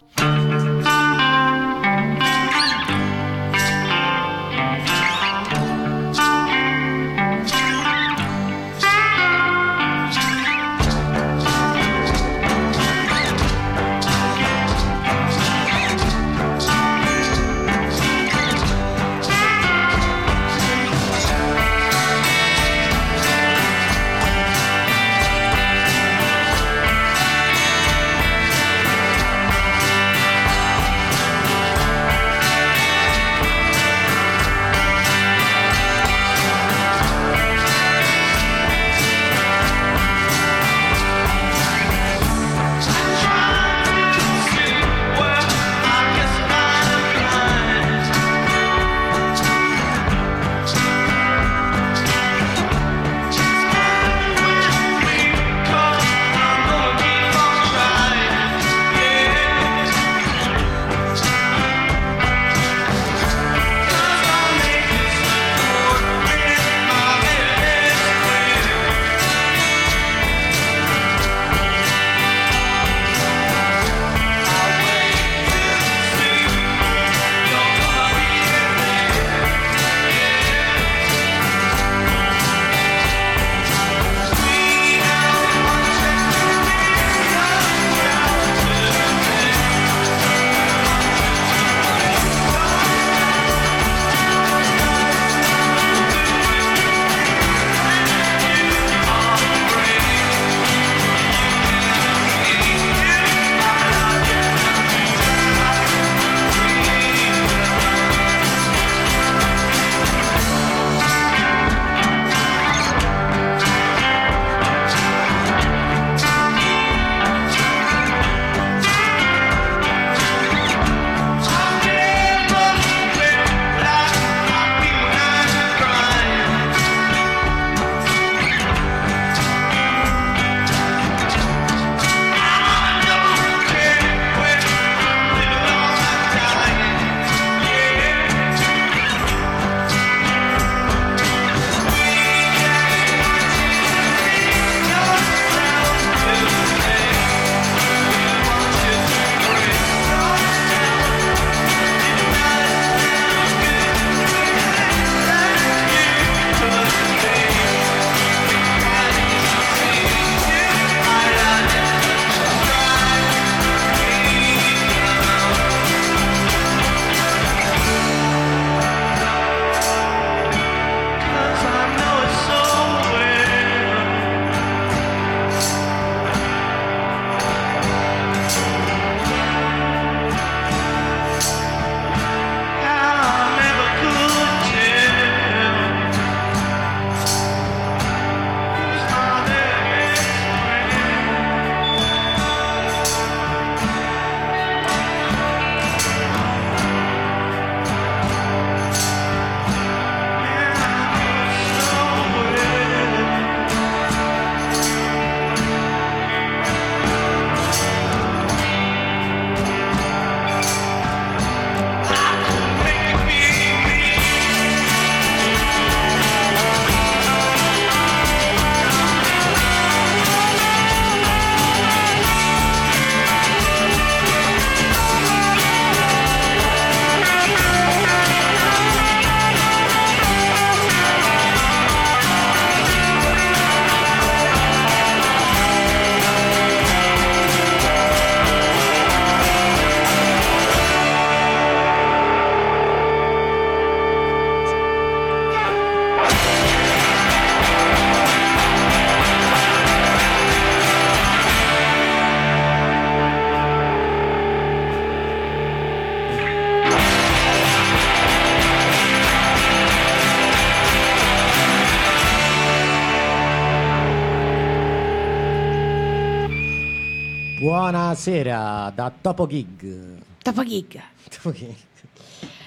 Buonasera da Topo Gig. Topo Gig.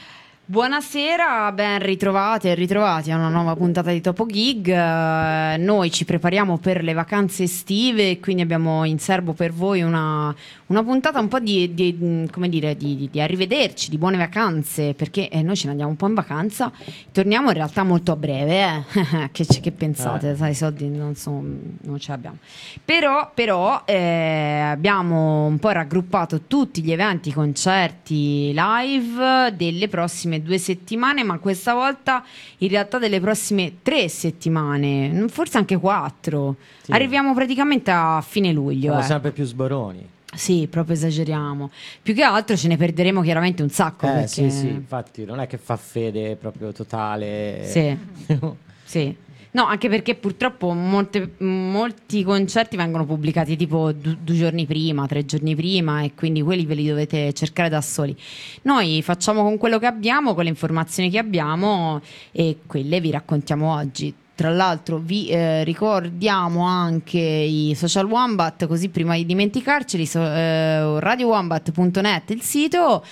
Buonasera, ben ritrovate e ritrovati a una nuova puntata di Topo Gig. Noi ci prepariamo per le vacanze estive, quindi abbiamo in serbo per voi una puntata un po' di arrivederci, di buone vacanze, perché noi ce ne andiamo un po' in vacanza, torniamo in realtà molto a breve, che pensate? Sai, i soldi non ce li abbiamo. Però abbiamo un po' raggruppato tutti gli eventi, concerti live delle prossime 2 settimane, ma questa volta in realtà delle prossime 3 settimane, forse anche 4. Sì. Arriviamo praticamente a fine luglio. Siamo sempre più sboroni. Sì, proprio esageriamo. Più che altro ce ne perderemo chiaramente un sacco. Perché... Sì, infatti non è che fa fede proprio totale. Sì, sì. No, anche perché purtroppo molti concerti vengono pubblicati tipo 2 giorni prima, 3 giorni prima, e quindi quelli ve li dovete cercare da soli. Noi facciamo con quello che abbiamo, con le informazioni che abbiamo, e quelle vi raccontiamo oggi. Tra l'altro vi ricordiamo anche i social Wombat, così prima di dimenticarceli, radiowombat.net il sito,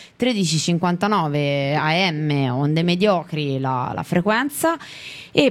1359 AM onde mediocri la frequenza, e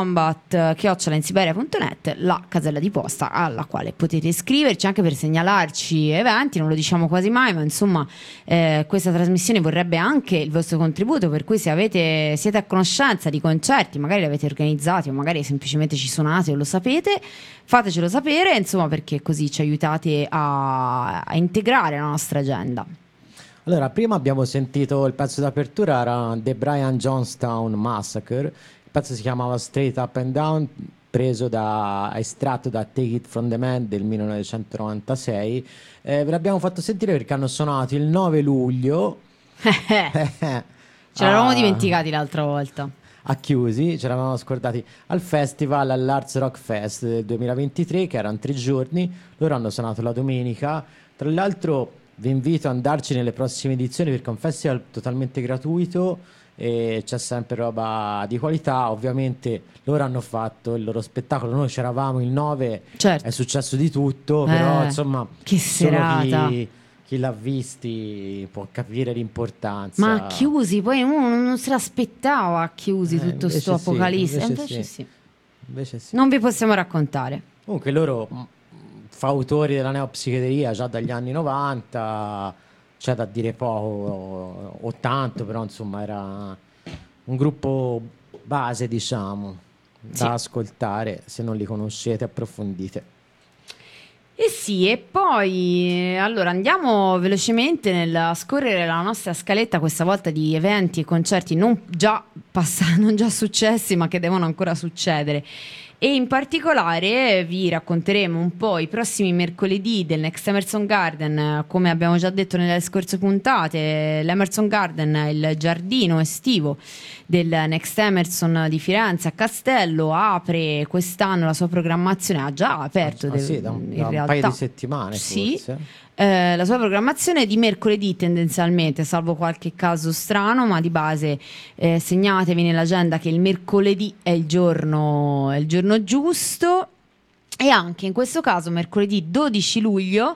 postawombat@insiberia.net la casella di posta alla quale potete iscriverci anche per segnalarci eventi. Non lo diciamo quasi mai, ma insomma questa trasmissione vorrebbe anche il vostro contributo, per cui se siete a conoscenza di concerti, magari li avete organizzati o magari semplicemente ci suonate o lo sapete, fatecelo sapere, insomma, perché così ci aiutate a integrare la nostra agenda. Allora, prima abbiamo sentito il pezzo d'apertura, era The Brian Jonestown Massacre. Il pezzo si chiamava Straight Up and Down, estratto da Take It From The Man del 1996. Ve l'abbiamo fatto sentire perché hanno suonato il 9 luglio. Ce l'eravamo dimenticati l'altra volta. A Chiusi, ce l'avevamo scordati, al festival, all'Arts Rock Fest del 2023, che erano 3 giorni. Loro hanno suonato la domenica. Tra l'altro vi invito ad andarci nelle prossime edizioni, perché è un festival totalmente gratuito e c'è sempre roba di qualità. Ovviamente loro hanno fatto il loro spettacolo, noi c'eravamo il 9, certo. È successo di tutto, però insomma che serata. Chi l'ha visti può capire l'importanza. Ma a Chiusi, poi uno non se l'aspettava a Chiusi tutto sto apocalisse. Invece sì. Non vi possiamo raccontare. Comunque loro, fautori della neopsichedelia già dagli anni 90, c'è da dire poco o tanto, però insomma era un gruppo base, diciamo, da ascoltare. Se non li conoscete, approfondite. Sì, e poi allora andiamo velocemente nel scorrere la nostra scaletta, questa volta di eventi e concerti non già successi, ma che devono ancora succedere. E in particolare vi racconteremo un po' i prossimi mercoledì del Next Emerson Garden. Come abbiamo già detto nelle scorse puntate, l'Emerson Garden è il giardino estivo del Next Emerson di Firenze a Castello. Apre quest'anno la sua programmazione, ha già aperto da un paio di settimane, sì, forse. La sua programmazione è di mercoledì tendenzialmente, salvo qualche caso strano, ma di base segnatevi nell'agenda che il mercoledì è il giorno giusto. E anche in questo caso mercoledì 12 luglio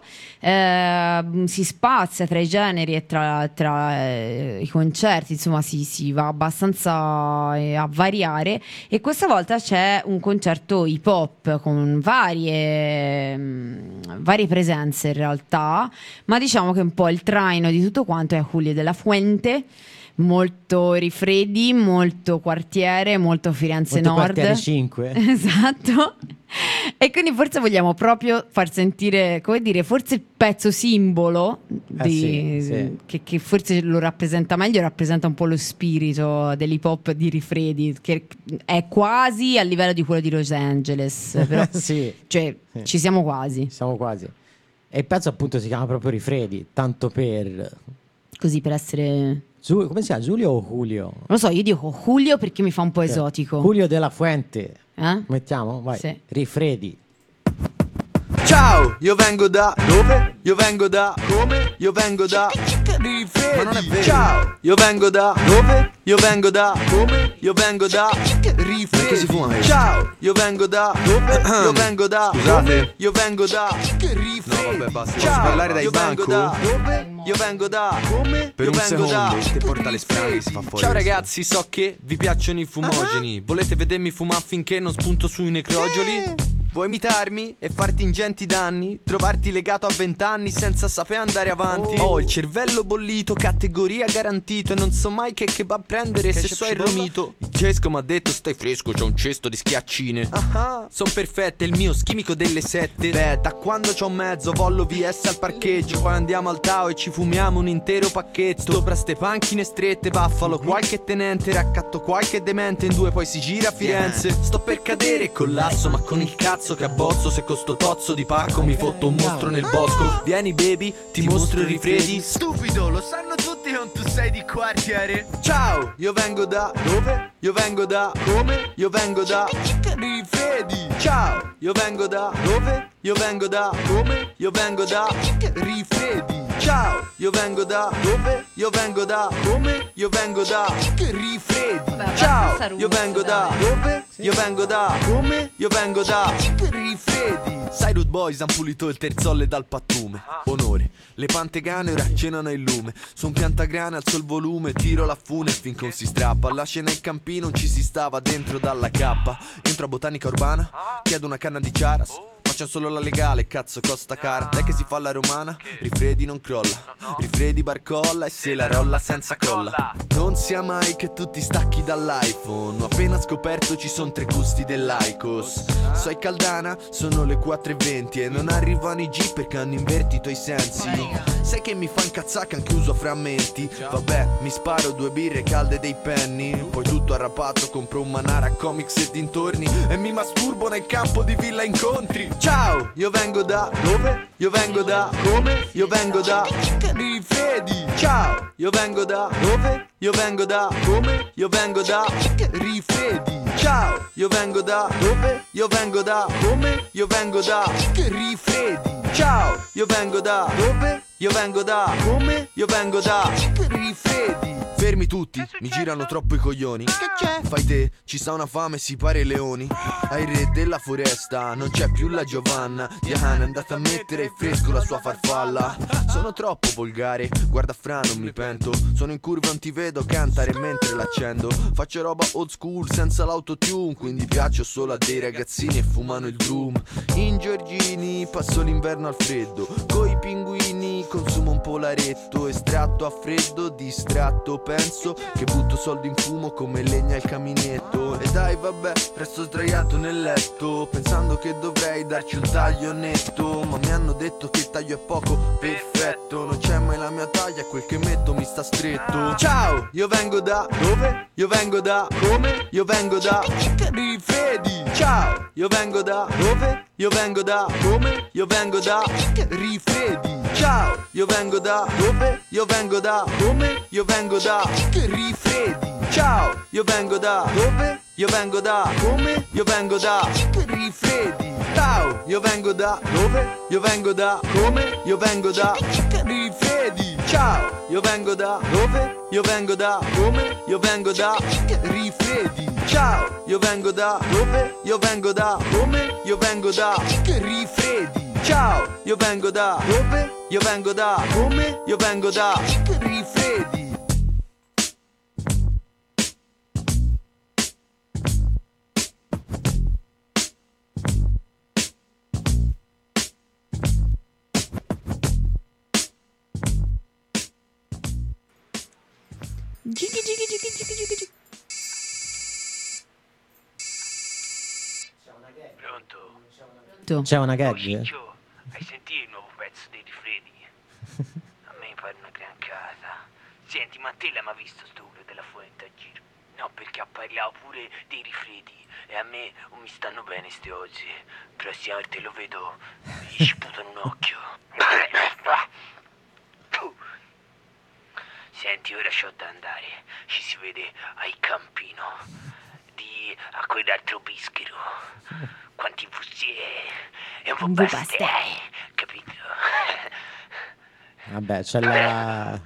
si spazia tra i generi e tra i concerti, insomma si va abbastanza a variare, e questa volta c'è un concerto hip hop con varie presenze in realtà, ma diciamo che un po' il traino di tutto quanto è Julio de la Fuente. Molto Rifredi, molto Quartiere, molto Firenze molto Nord. Quartiere 5. Esatto. E quindi forse vogliamo proprio far sentire, come dire, forse il pezzo simbolo sì. Che forse lo rappresenta meglio, rappresenta un po' lo spirito dell'hip hop di Rifredi, che è quasi a livello di quello di Los Angeles, però sì. Cioè ci siamo quasi. Siamo quasi. E il pezzo appunto si chiama proprio Rifredi, tanto per... Così per essere... Come si chiama? Giulio o Julio? Non lo so, io dico Julio perché mi fa un po' esotico. Julio de la Fuente. Mettiamo? Vai. Sì. Rifredi. Ciao, io vengo da dove? Io vengo da come? Io vengo da Rifredi. Ma non è vero. Ciao, io vengo da dove? Io vengo da come? Io vengo da Rifredi. Che si fuma? Ciao, io vengo da dove? Io vengo da Scusate. Io vengo da Rifredi. No vabbè basta, posso parlare dai banco? Dove? Io vengo da come? Per un secondo ti porta le spranghe, si fa fuori. Ciao ragazzi, so che vi piacciono i fumogeni. Volete vedermi fumare finché non spunto sui necrogioli? Vuoi imitarmi e farti ingenti danni? Trovarti legato a 20 anni senza sapere andare avanti? Ho il cervello bollito, categoria garantito, e non so mai che kebab prendere se so il romito. Il Cesco m'ha detto stai fresco, c'ho un cesto di schiaccine. Son perfette, il mio schimico delle 7. Beh, da quando c'ho mezzo vollo VS al parcheggio. Poi andiamo al Tao e ci fumiamo un intero pacchetto. Sopra ste panchine strette, baffalo qualche tenente, raccatto qualche demente, in due poi si gira a Firenze. Sto per cadere e collasso, ma con il cazzo che abbozzo. Se con sto tozzo di pacco mi fotto un mostro nel bosco. Vieni baby, ti mostro i rifredi. Stupido, lo sanno tutti che non tu sei di quartiere. Ciao, io vengo da dove? Io vengo da come? Io vengo da rifredi. Ciao, io vengo da dove? Io vengo da come? Io vengo da rifredi. Ciao, io vengo da dove? Io vengo da come? Io vengo da rifredi. Ciao, io vengo da dove? Io vengo da come? Io vengo da rifredi. Sai Rude Boys han pulito il terzolle dal pattume. Onore, le pantegane ora cenano il lume. Su un piantagrane alzo il volume, tiro la fune finché non si strappa. La scena in campino non ci si stava dentro dalla cappa. Entro a Botanica Urbana, chiedo una canna di Charas. Faccio solo la legale, cazzo costa cara. Lei che si fa la romana, rifredi non crolla. Rifredi barcolla e se la rolla senza colla. Non sia mai che tu ti stacchi dall'iPhone. Ho appena scoperto ci sono 3 gusti dell'Aicos. Sei Caldana, sono le 4:20 e non arrivano i G perché hanno invertito i sensi. Sai che mi fa incazzare che anche uso frammenti. Vabbè, mi sparo 2 birre calde dei penny. Poi tutto arrapato compro un Manara Comics e dintorni e mi masturbo nel campo di Villa Incontri. Ciao, io vengo da dove? Io vengo da come? Io vengo da rifredi. Ciao, io vengo da dove? Io vengo da come? Io vengo da rifredi. Ciao, io vengo da dove? Io vengo da come? Io vengo da rifredi. Ciao, io vengo da dove? Io vengo da come? Io vengo da rifredi. Fermi tutti, mi girano troppo i coglioni. Che c'è? Fai te, ci sta una fame, si pare leoni. Ai re della foresta, non c'è più la Giovanna. Diana è andata a mettere fresco la sua farfalla. Sono troppo volgare, guarda fra non mi pento. Sono in curva non ti vedo cantare mentre l'accendo. Faccio roba old school senza l'autotune, quindi piaccio solo a dei ragazzini e fumano il drum. In Giorgini passo l'inverno al freddo, coi pinguini consumo un polaretto. Estratto a freddo, distratto penso che butto soldi in fumo come legna al caminetto. E dai vabbè, resto sdraiato nel letto pensando che dovrei darci un taglio netto. Ma mi hanno detto che il taglio è poco perfetto. Non c'è mai la mia taglia, quel che metto mi sta stretto. Ciao, io vengo da dove? Io vengo da come? Io vengo da rifredi. Ciao, io vengo da dove? Io vengo da come? Io vengo da rifredi. Ciao, io vengo da dove? Io vengo da come? Io vengo da rifredi. Ciao, io vengo da dove? Io vengo da come? Io vengo da rifredi. Ciao, io vengo da dove? Io vengo da come? Io vengo da rifredi. Ciao, io vengo da dove? Io vengo da come? Io vengo da rifredi. Ciao, io vengo da dove? Io vengo da come? Io vengo da rifredi. Ciao, io vengo da dove? Io vengo da come? Io vengo da rifredi. Gigi, gigi, gigi, gigi, gigi, gigi. Pronto? C'è una Oh, gag? Ciccio, hai sentito il nuovo pezzo dei rifredi? A me mi pare una gran casa. Senti, ma te l'hai mai visto sto culo della Fuente a giro? No, perché ha parlato pure dei rifredi e a me non mi stanno bene ste oggi. Prossima volta lo vedo, mi sputano un occhio. Senti, ora c'ho da andare. Ci si vede ai Campino di a quell'altro bischero. Quanti fustieri e un po' bastei, capito? Vabbè, c'è la...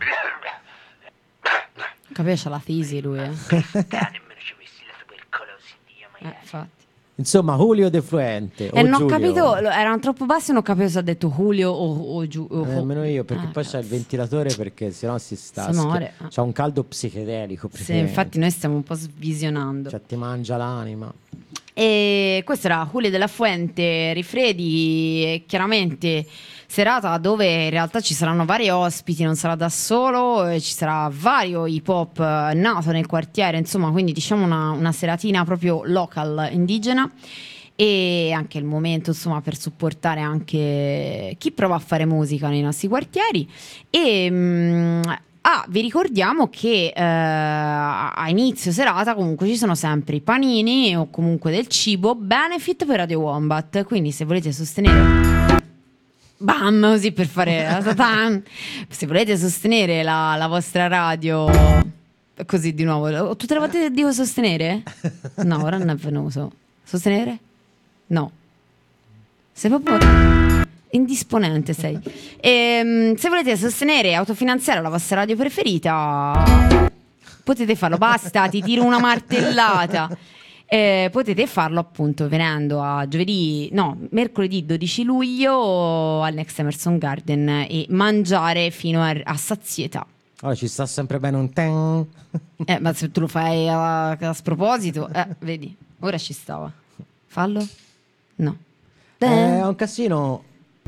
Capisce la fisi lui, Nemmeno ci avessi la tubercolosi, Dio, ma infatti. Insomma, Julio De Fuente o E non ho Giulio. capito, erano troppo bassi e non ho capito se ha detto Julio o Giulio. Nemmeno io, perché poi c'è il cazzo. ventilatore, perché sennò si sta. Si muore. C'ha un caldo psichedelico. Sì, infatti noi stiamo un po' svisionando. Cioè, ti mangia l'anima. E questo era Julio della Fuente, Rifredi, e chiaramente serata dove in realtà ci saranno vari ospiti, non sarà da solo, ci sarà vario hip hop nato nel quartiere, insomma, quindi diciamo una seratina proprio local, indigena, e anche il momento, insomma, per supportare anche chi prova a fare musica nei nostri quartieri. E vi ricordiamo che a inizio serata comunque ci sono sempre i panini o comunque del cibo benefit per Radio Wombat, quindi se volete sostenere bam, così per fare se volete sostenere la vostra radio, così di nuovo, tutte le volte devo sostenere? No, ora non è venuto. Sostenere? No. Sei proprio indisponente, sei. Se volete sostenere e autofinanziare la vostra radio preferita, potete farlo. Basta, ti tiro una martellata. Potete farlo appunto venendo a mercoledì 12 luglio al Next Emerson Garden e mangiare fino a sazietà. Allora ci sta sempre bene un ten. Ma se tu lo fai a sproposito, vedi, ora ci stava. Fallo? No. È un casino.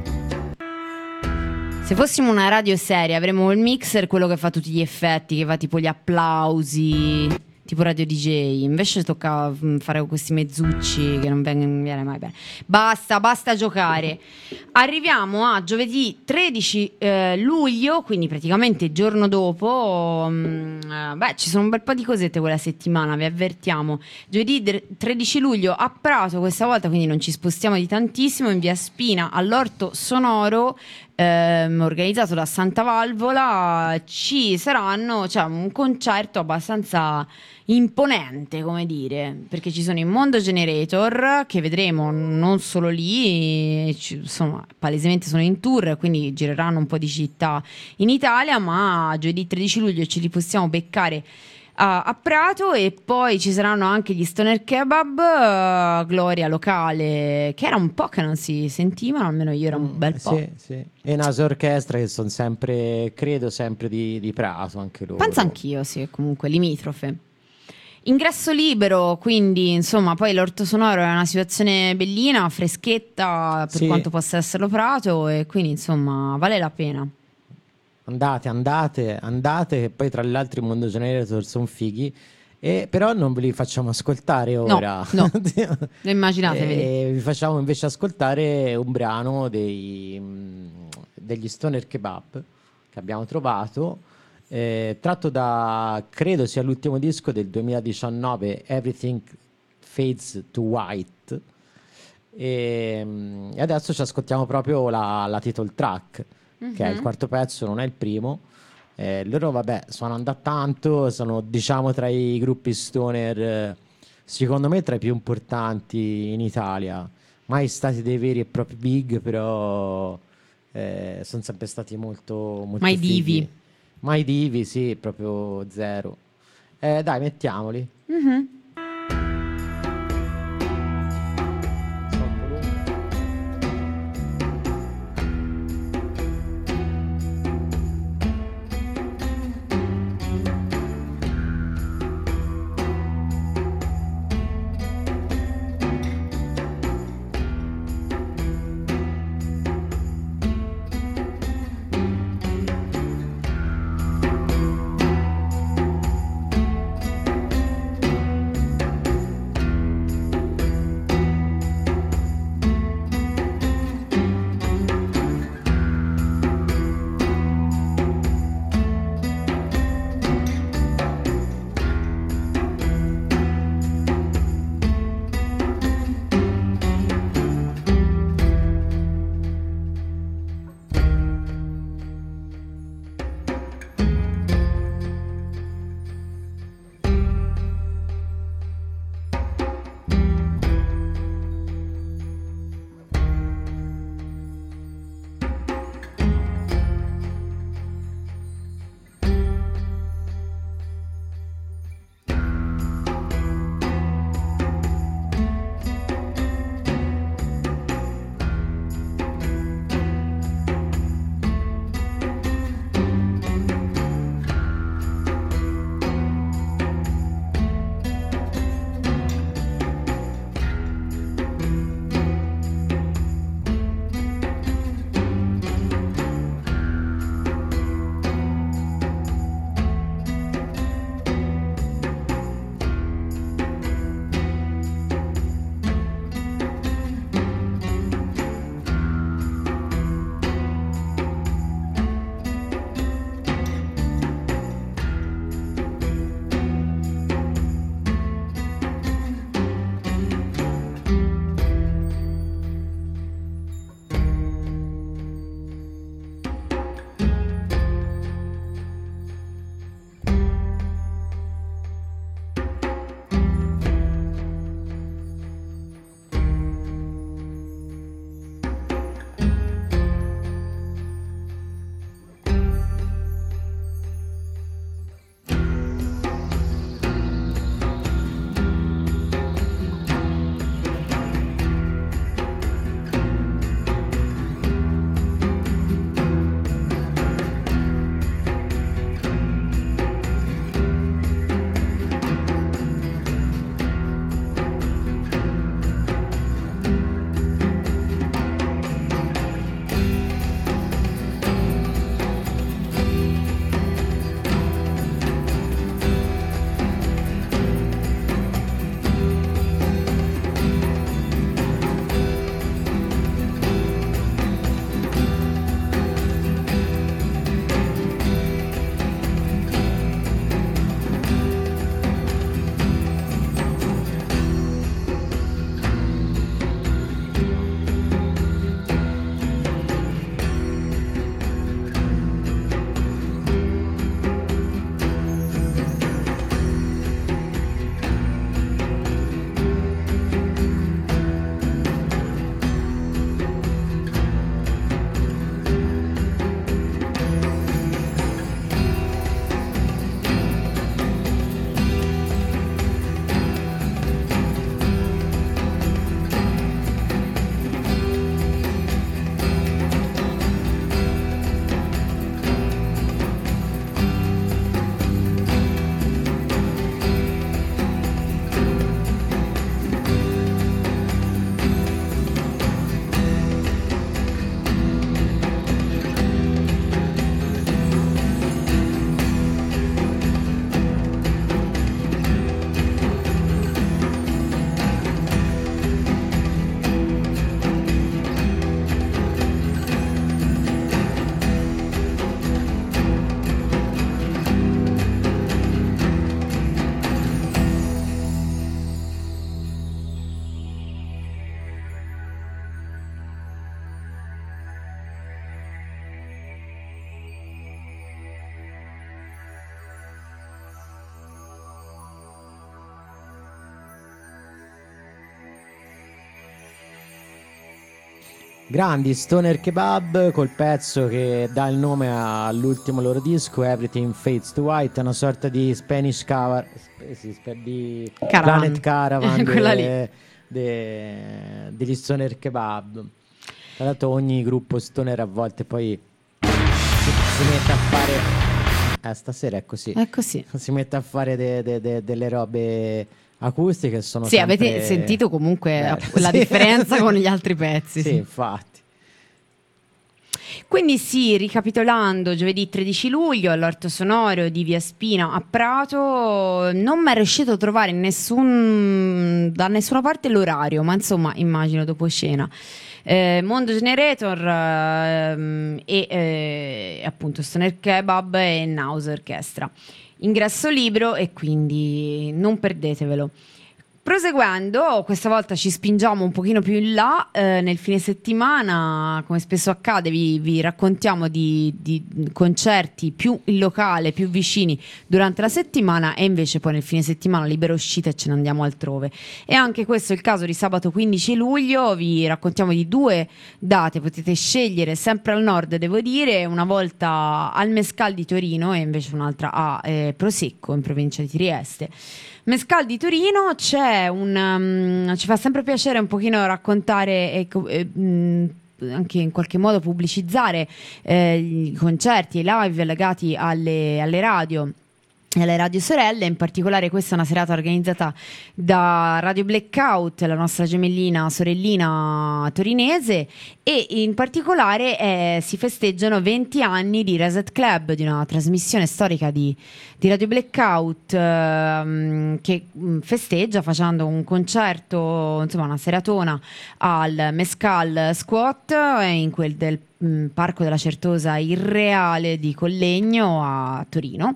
Se fossimo una radio seria avremmo il mixer, quello che fa tutti gli effetti, che fa tipo gli applausi, tipo Radio DJ. Invece tocca fare questi mezzucci che non viene mai bene. Basta giocare. Arriviamo a giovedì 13 luglio, quindi praticamente il giorno dopo. Ci sono un bel po' di cosette quella settimana, vi avvertiamo. Giovedì 13 luglio a Prato questa volta, quindi non ci spostiamo di tantissimo, in via Spina all'Orto Sonoro, organizzato da Santa Valvola. Ci saranno, un concerto abbastanza imponente, come dire, perché ci sono i Mondo Generator che vedremo non solo lì, palesemente sono in tour, quindi gireranno un po' di città in Italia, ma giovedì 13 luglio ce li possiamo beccare a Prato. E poi ci saranno anche gli Stoner Kebab, gloria locale, che era un po' che non si sentivano, almeno io era un bel po'. Sì. E Naso Orchestra, che sono sempre, credo sempre di Prato anche loro. Penso anch'io, sì, comunque limitrofe. Ingresso libero, quindi insomma poi l'Orto Sonoro è una situazione bellina, freschetta per quanto possa esserlo Prato, e quindi insomma vale la pena. Andate, che poi tra l'altro i Mondo Generator sono fighi, però non ve li facciamo ascoltare ora. No, lo immaginatevi. Vi facciamo invece ascoltare un brano degli Stoner Kebab che abbiamo trovato, tratto da, credo sia l'ultimo disco del 2019, Everything Fades to White, e adesso ci ascoltiamo proprio la title track, che è il quarto pezzo, non è il primo. Loro vabbè suonano da tanto, sono diciamo tra i gruppi stoner secondo me tra i più importanti in Italia, mai stati dei veri e propri big, però sono sempre stati molto mai fighi. Mai divi, sì, proprio zero. Dai, mettiamoli. Grandi Stoner Kebab col pezzo che dà il nome all'ultimo loro disco, Everything Fades to White, è una sorta di Spanish cover di Caravan. Planet Caravan Quella lì. degli Stoner Kebab. Tra l'altro ogni gruppo stoner a volte poi si mette a fare stasera è così. È così. Si mette a fare delle robe acustiche sono Sì, sempre avete sentito comunque belle. la Sì. differenza con gli altri pezzi. Sì, infatti. Quindi sì, ricapitolando, giovedì 13 luglio all'Orto Sonoro di Via Spina a Prato, non mi è riuscito a trovare da nessuna parte l'orario, ma insomma immagino dopo scena. Mondo Generator e appunto Stoner Kebab e Naus Orchestra. Ingresso libero e quindi non perdetevelo. Proseguendo, questa volta ci spingiamo un pochino più in là, nel fine settimana, come spesso accade, vi raccontiamo di concerti più in locale, più vicini durante la settimana e invece poi nel fine settimana libera uscita e ce ne andiamo altrove. E anche questo è il caso di sabato 15 luglio, vi raccontiamo di 2 date, potete scegliere sempre al nord, devo dire, una volta al Mescal di Torino e invece un'altra a Prosecco in provincia di Trieste. Mescal di Torino c'è ci fa sempre piacere un pochino raccontare anche in qualche modo pubblicizzare i concerti e i live legati alle radio e alle radio sorelle. In particolare questa è una serata organizzata da Radio Blackout, la nostra gemellina sorellina torinese, e in particolare si festeggiano 20 anni di Reset Club, di una trasmissione storica di Radio Blackout che festeggia facendo un concerto, insomma una seratona al Mescal Squat in quel del Parco della Certosa Irreale di Collegno a Torino.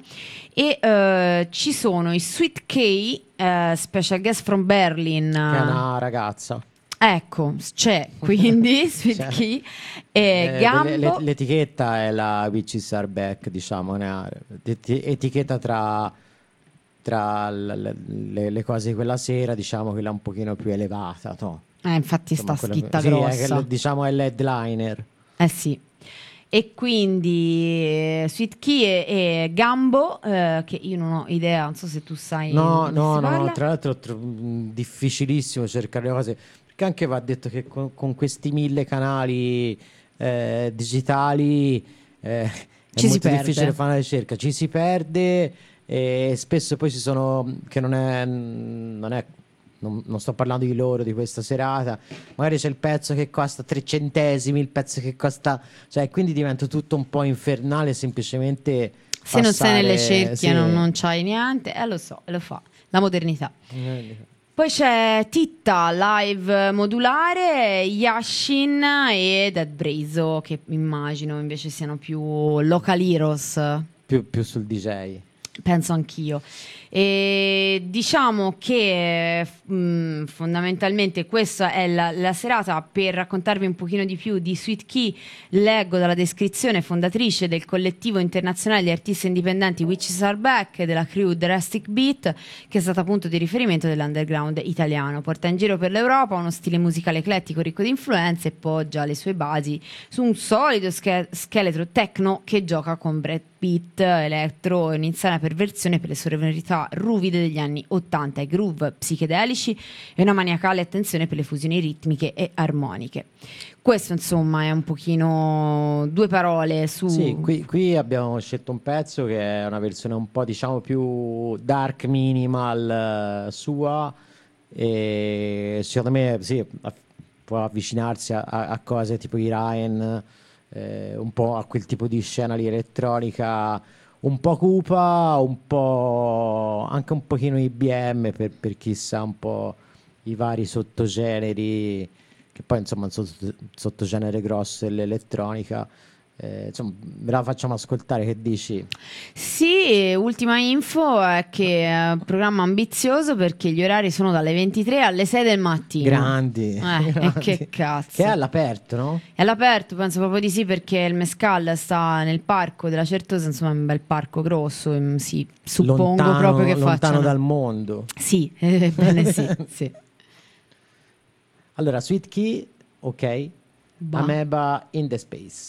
E ci sono i Sweet K, special guest from Berlin, Che è una ragazza. ecco, c'è quindi Sweet K e Gambo. L'etichetta è la Witches Are Back, diciamo, etichetta tra le cose di quella sera, diciamo quella un pochino più elevata, no? Infatti Insomma, sta quella scritta sì, grossa. diciamo è l'headliner. Sì. E quindi Sweet Key e Gambo, che io non ho idea, non so se tu sai. No, di cosa si parla. tra l'altro difficilissimo cercare le cose, perché anche va detto che con questi 1000 canali digitali è Ci si molto perde. difficile fare una ricerca, ci si perde e spesso poi ci sono, che non sto parlando di loro, di questa serata, magari c'è il pezzo che costa 3 centesimi, il pezzo che costa, cioè quindi diventa tutto un po' infernale semplicemente Se non sei nelle cerchie sì. non c'hai niente, lo so, lo fa la modernità. Poi c'è Titta live modulare, Yashin e Dead Brazo, che immagino invece siano più local heroes. più sul DJ. Penso anch'io. E diciamo che fondamentalmente questa è la serata per raccontarvi un pochino di più di Sweet Key. Leggo dalla descrizione: fondatrice del collettivo internazionale di artisti indipendenti Witches Are Back e della crew Drastic Beat, che è stata punto di riferimento dell'underground italiano. Porta in giro per l'Europa uno stile musicale eclettico ricco di influenze e poggia le sue basi su un solido scheletro techno che gioca con breakbeat, electro e un'insana perversione per le sonorità ruvide degli anni 80 e groove psichedelici e una maniacale attenzione per le fusioni ritmiche e armoniche. Questo insomma è un pochino 2 parole su... Sì, qui abbiamo scelto un pezzo che è una versione un po' diciamo più dark minimal sua, e secondo me sì, può avvicinarsi a cose tipo i Ryan, un po' a quel tipo di scena lì elettronica un po' cupa, un po' anche un pochino IBM per chi sa un po' i vari sottogeneri, che poi insomma un sottogenere grosso dell'elettronica. Insomma, ve la facciamo ascoltare, che dici? Sì, ultima info è che è un programma ambizioso perché gli orari sono dalle 23 alle 6 del mattino. Grandi, E grandi. che cazzo. Che è all'aperto, no? È all'aperto, penso proprio di sì, perché il Mescal sta nel parco della Certosa, insomma è un bel parco grosso, sì, suppongo Lontano, proprio che lontano facciano... dal mondo. Sì, ebbene sì, sì. Allora, Sweet Key, ok. Bah. Ameba in the Space.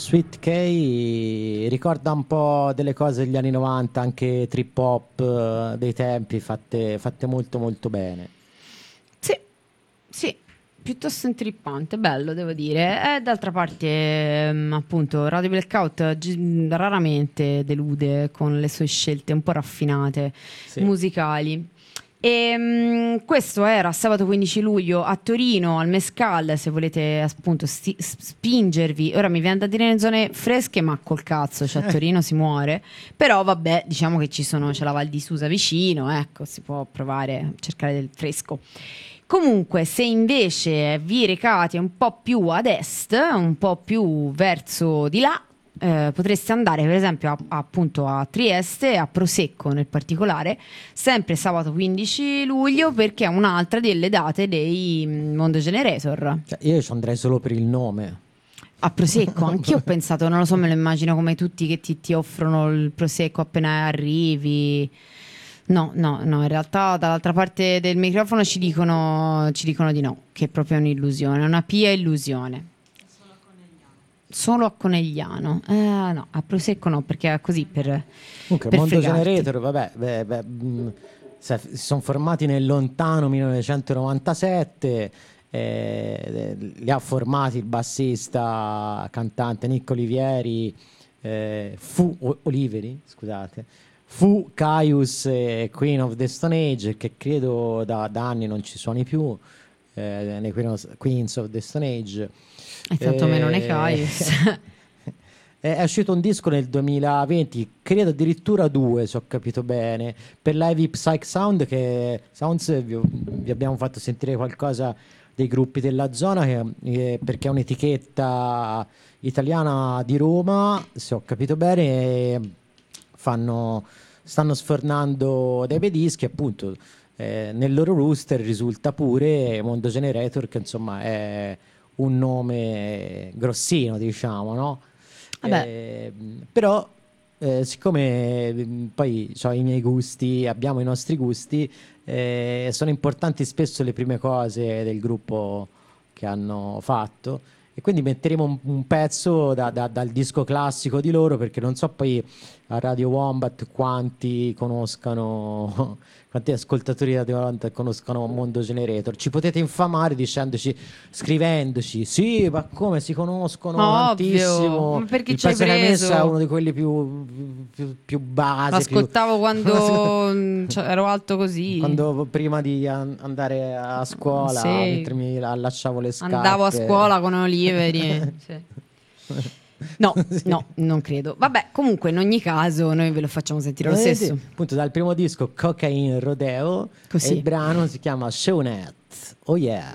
Sweet K ricorda un po' delle cose degli anni 90, anche trip hop dei tempi, fatte molto molto bene. Sì, piuttosto intrippante, bello devo dire. E d'altra parte, appunto, Radio Blackout raramente delude con le sue scelte un po' raffinate, musicali. E questo era sabato 15 luglio a Torino al Mescal, se volete appunto spingervi. Ora mi viene da dire in zone fresche, ma col cazzo, cioè a Torino si muore. Però vabbè, diciamo che c'è la Val di Susa vicino, ecco, si può provare a cercare del fresco. Comunque, se invece vi recate un po' più ad est, un po' più verso di là, potreste andare per esempio appunto a Trieste, a Prosecco nel particolare, sempre sabato 15 luglio, perché è un'altra delle date dei Mondo Generator. Cioè, io ci andrei solo per il nome. A Prosecco, anch'io ho pensato, non lo so, me lo immagino come tutti che ti offrono il Prosecco appena arrivi. No, in realtà dall'altra parte del microfono ci dicono di no, che è proprio un'illusione, una pia illusione. Solo a Conegliano. No, a Prosecco no, perché è così per comunque per Mondo fregarti. Generator, vabbè, si sono formati nel lontano 1997, li ha formati il bassista cantante Nick Oliveri, Oliveri, scusate, Fu Caius e Queen of the Stone Age, che credo da anni non ci suoni più, nei Queens of the Stone Age. E tanto meno nei Caius. È uscito un disco nel 2020, credo addirittura 2, se ho capito bene, per la Heavy Psych Sounds, vi abbiamo fatto sentire qualcosa dei gruppi della zona, perché è un'etichetta italiana di Roma, se ho capito bene, e stanno sfornando dei bei dischi, appunto. Nel loro rooster risulta pure Mondo Generator, che insomma è un nome grossino, diciamo, no? Però siccome poi ho i miei gusti, abbiamo i nostri gusti, sono importanti spesso le prime cose del gruppo che hanno fatto, e quindi metteremo un pezzo dal disco classico di loro, perché non so poi a Radio Wombat quanti ascoltatori di Radio Wombat conoscano Mondo Generator. Ci potete infamare scrivendoci, sì, ma come si conoscono tantissimo, ma perché il ci hai pezzo che hai messo preso? è uno di quelli più base, Ascoltavo quando ero alto così. quando prima di andare a scuola, Sì. mentre mi allacciavo le scarpe, Andavo a scuola con Oliveri. Sì. No, non credo. Vabbè, comunque in ogni caso noi ve lo facciamo sentire lo stesso. appunto dal primo disco Cocaine Rodeo, Così. e il brano si chiama Shownet. Oh yeah.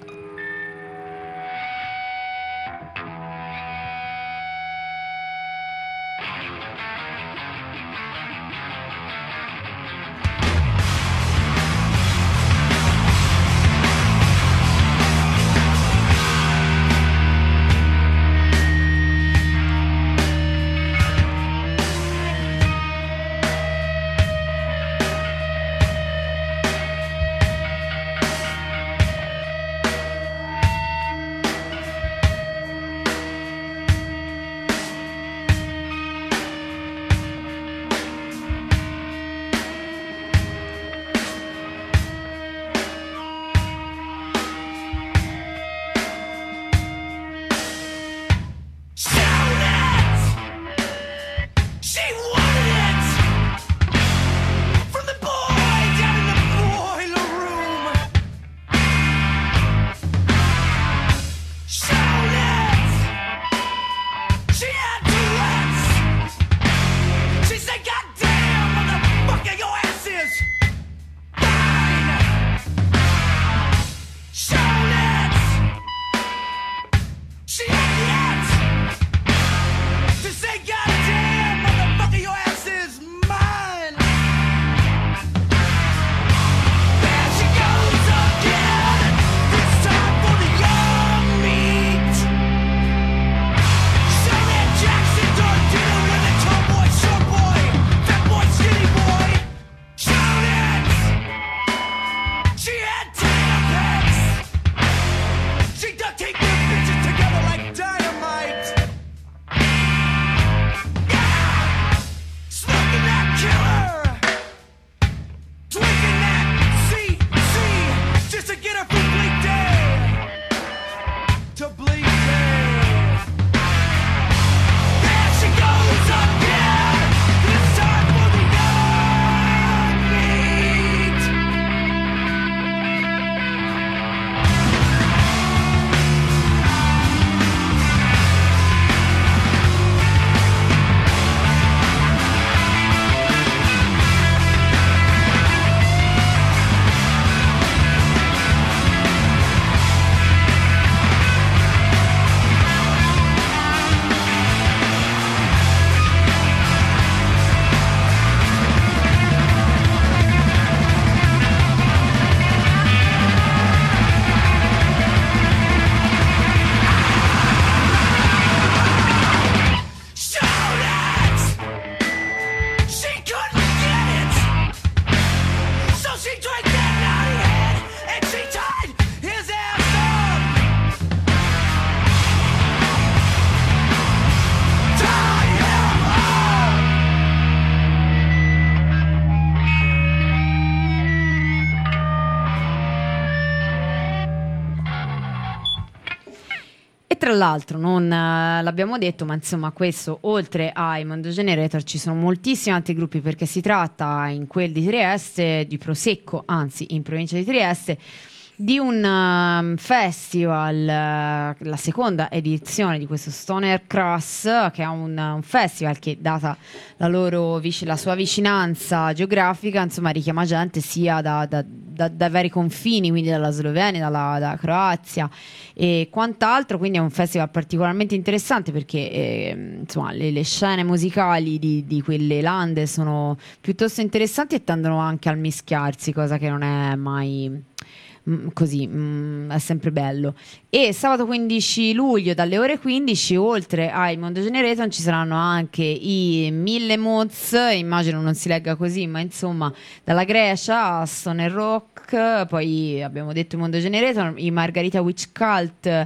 E tra l'altro non l'abbiamo detto, ma insomma questo, oltre ai Mondo Generator, ci sono moltissimi altri gruppi, perché si tratta in quel di Trieste, di Prosecco, anzi in provincia di Trieste, di un festival, la seconda edizione di questo Stoner Cross, che è un festival che, data la sua vicinanza geografica, insomma richiama gente sia da vari confini, quindi dalla Slovenia, dalla Croazia e quant'altro, quindi è un festival particolarmente interessante perché insomma le scene musicali di quelle lande sono piuttosto interessanti e tendono anche al mischiarsi, cosa che non è mai così, è sempre bello. E sabato 15 luglio dalle ore 15, oltre ai Mondo Generation, ci saranno anche i Mille Moz, immagino non si legga così, ma insomma dalla Grecia, Stoner Rock, poi abbiamo detto i Mondo Generator, i Margarita Witch Cult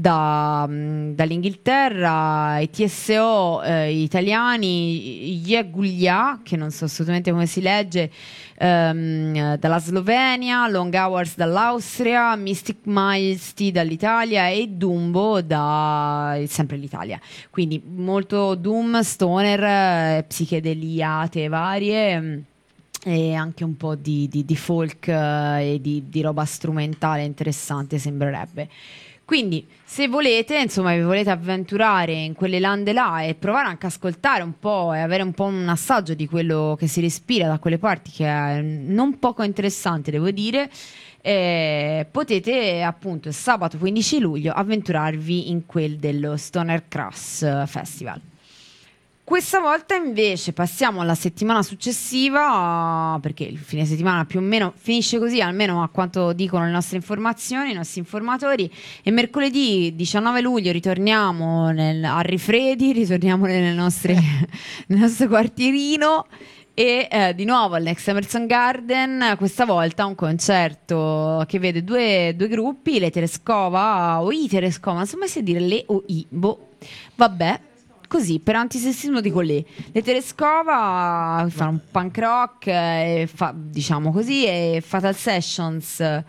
dall'Inghilterra, i TSO italiani, gli Eguglia, che non so assolutamente come si legge, dalla Slovenia, Long Hours dall'Austria, Mystic Majesty dall'Italia e Dumbo sempre l'Italia. Quindi molto doom, stoner, psichedeliate varie, e anche un po' di folk e di roba strumentale interessante, sembrerebbe. Quindi se volete, insomma, vi volete avventurare in quelle lande là e provare anche a ascoltare un po' e avere un po' un assaggio di quello che si respira da quelle parti, che è non poco interessante, devo dire, potete appunto sabato 15 luglio avventurarvi in quel dello Stoner Cross Festival. Questa volta invece passiamo alla settimana successiva, perché il fine settimana più o meno finisce così, almeno a quanto dicono le nostre informazioni, i nostri informatori, e mercoledì 19 luglio ritorniamo a Rifredi, ritorniamo nel nostro quartierino, e di nuovo al Next Emerson Garden, questa volta un concerto che vede due gruppi, le Terescova o i Terescova, non so mai se dire le o i, vabbè, così per antisessismo dico le Terescova fanno un punk rock, diciamo così, e Fatal Session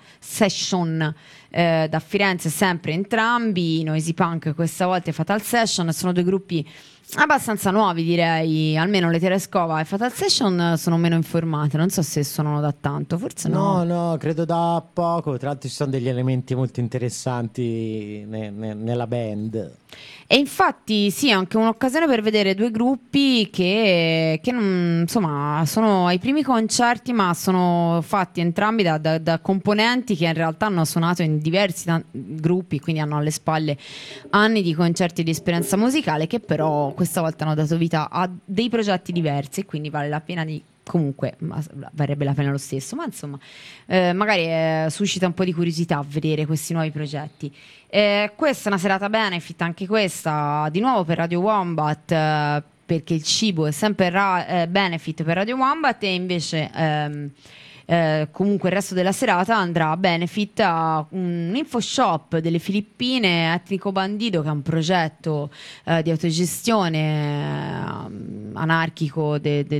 da Firenze, sempre entrambi, Noisy Punk questa volta e Fatal Session. Sono due gruppi abbastanza nuovi, direi, almeno le Terescova e Fatal Session sono meno informate, non so se suonano da tanto, forse no, credo da poco. Tra l'altro ci sono degli elementi molto interessanti nella band. E infatti sì, è anche un'occasione per vedere due gruppi che non, insomma, sono ai primi concerti, ma sono fatti entrambi da componenti che in realtà hanno suonato in diversi gruppi, quindi hanno alle spalle anni di concerti di esperienza musicale, che però questa volta hanno dato vita a dei progetti diversi, e quindi vale la pena comunque varrebbe la pena lo stesso, ma insomma magari suscita un po' di curiosità vedere questi nuovi progetti. Questa è una serata benefit, anche questa di nuovo per Radio Wombat, perché il cibo è sempre benefit per Radio Wombat, e invece comunque il resto della serata andrà a benefit a un info shop delle Filippine, Etnico Bandido, che è un progetto di autogestione anarchico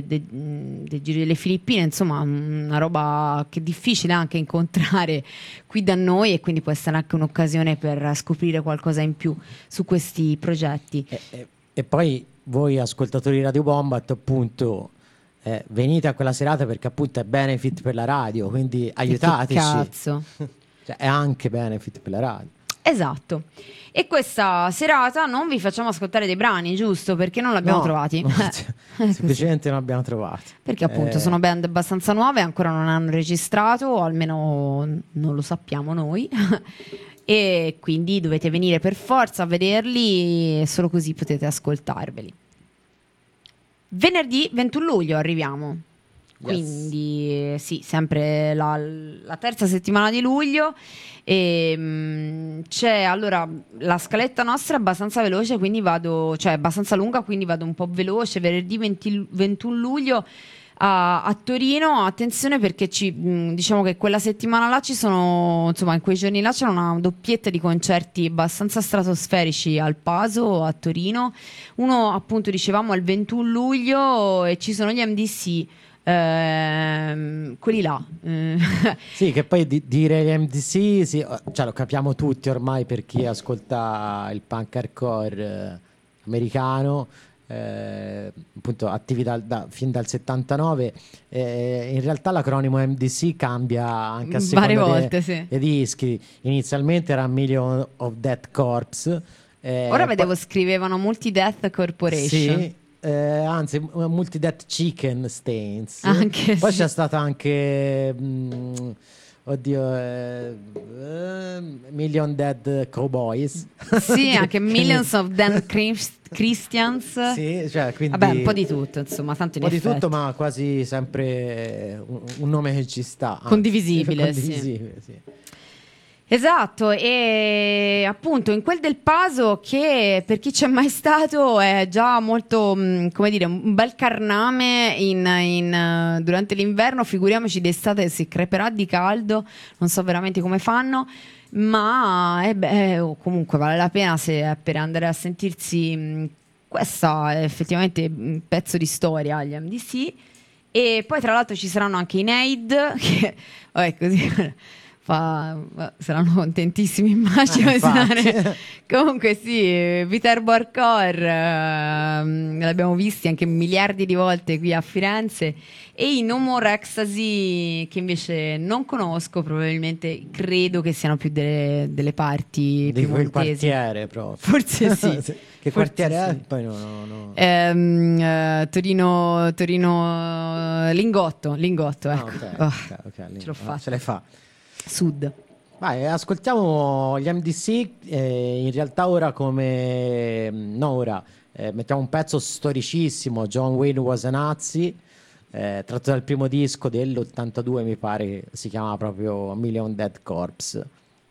delle Filippine, insomma una roba che è difficile anche incontrare qui da noi, e quindi può essere anche un'occasione per scoprire qualcosa in più su questi progetti. E poi voi ascoltatori di Radio Wombat, appunto, venite a quella serata perché appunto è benefit per la radio, quindi aiutateci. Che cazzo. Cioè, è anche benefit per la radio. Esatto. E questa serata non vi facciamo ascoltare dei brani, giusto? Perché non l'abbiamo trovati. Semplicemente non abbiamo trovati. Perché appunto sono band abbastanza nuove, ancora non hanno registrato, o almeno non lo sappiamo noi. E quindi dovete venire per forza a vederli, e solo così potete ascoltarveli. Venerdì 21 luglio arriviamo. Quindi sì, sempre la terza settimana di luglio, e c'è, allora, la scaletta nostra è abbastanza veloce, quindi abbastanza lunga, quindi vado un po' veloce. Venerdì 21 luglio a Torino, attenzione, perché diciamo che quella settimana là ci sono, insomma in quei giorni là c'è una doppietta di concerti abbastanza stratosferici al Paso a Torino. Uno appunto dicevamo il 21 luglio, e ci sono gli MDC quelli là. Sì, che poi dire gli MDC, sì, cioè lo capiamo tutti ormai per chi ascolta il punk hardcore americano, appunto attivi fin dal 79. In realtà l'acronimo MDC cambia anche a varie seconda volte, sì. dei dischi. Inizialmente era Million of Death Corps. Ora vedevo scrivevano Multi-Death Corporation. Sì, anzi, Multi-Death Chicken Stains. Anche Poi sì. c'è stata anche Million Dead Cowboys. Sì, anche Quindi- Millions of Dead Christians. Sì, cioè, quindi Vabbè, un po' di tutto, insomma, tanto in un po' di effetti. tutto, ma quasi sempre un nome che ci sta. Anzi, Condivisibile, sì. condivisibile, sì. Esatto, e appunto in quel del Paso, che per chi c'è mai stato è già molto, come dire, un bel carname durante l'inverno, figuriamoci d'estate, si creperà di caldo, non so veramente come fanno, ma comunque vale la pena se per andare a sentirsi questa è effettivamente un pezzo di storia agli MDC. E poi tra l'altro ci saranno anche i Neid che vabbè, così saranno contentissimi, immagino di Infatti. stare. Comunque sì, Viterbo Hardcore l'abbiamo visti anche miliardi di volte qui a Firenze, e i No More Ecstasy, che invece non conosco, probabilmente credo che siano più delle parti Di quel piemontesi. quartiere proprio. Forse sì. Che Forse quartiere è? sì. Poi no. Torino Lingotto, ecco. Ok, ce l'ho fatta. Ce l'hai fa. Sud. Vai, ascoltiamo gli MDC. In realtà mettiamo un pezzo storicissimo, John Wayne Was a Nazi, tratto dal primo disco dell'82, mi pare, che si chiama proprio Million Dead Corps.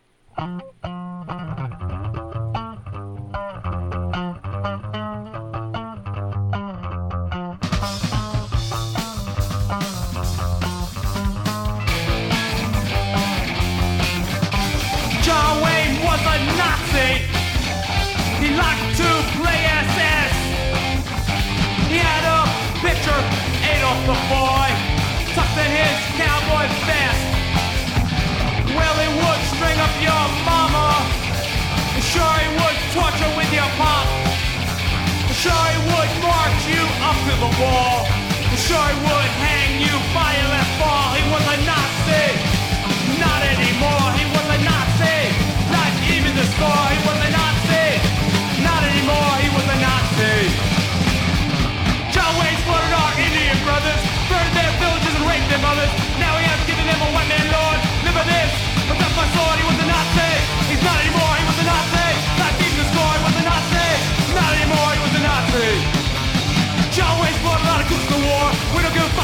John Wayne was a Nazi. He liked to play SS. He had a picture, Adolf the boy, tucked in his cowboy vest. Well, he would string up your mama. Sure, he would torture with your pop. Sure, he would march you up to the wall. Sure, he would hang you by your left ball. He was a Nazi. Not anymore. He was a Nazi. Not even the score. He was a Nazi. Not anymore. He was a Nazi. John Wayne slaughtered our Indian brothers, burned their villages and raped their mothers. Now he has given them a one-man lord. Remember this. But that's my sword. He was a Nazi. He's not anymore. He was a Nazi. Not even the score. He was a Nazi. Not anymore. He was a Nazi. John Wayne slaughtered a lot of cooks in the war. We don't give a fuck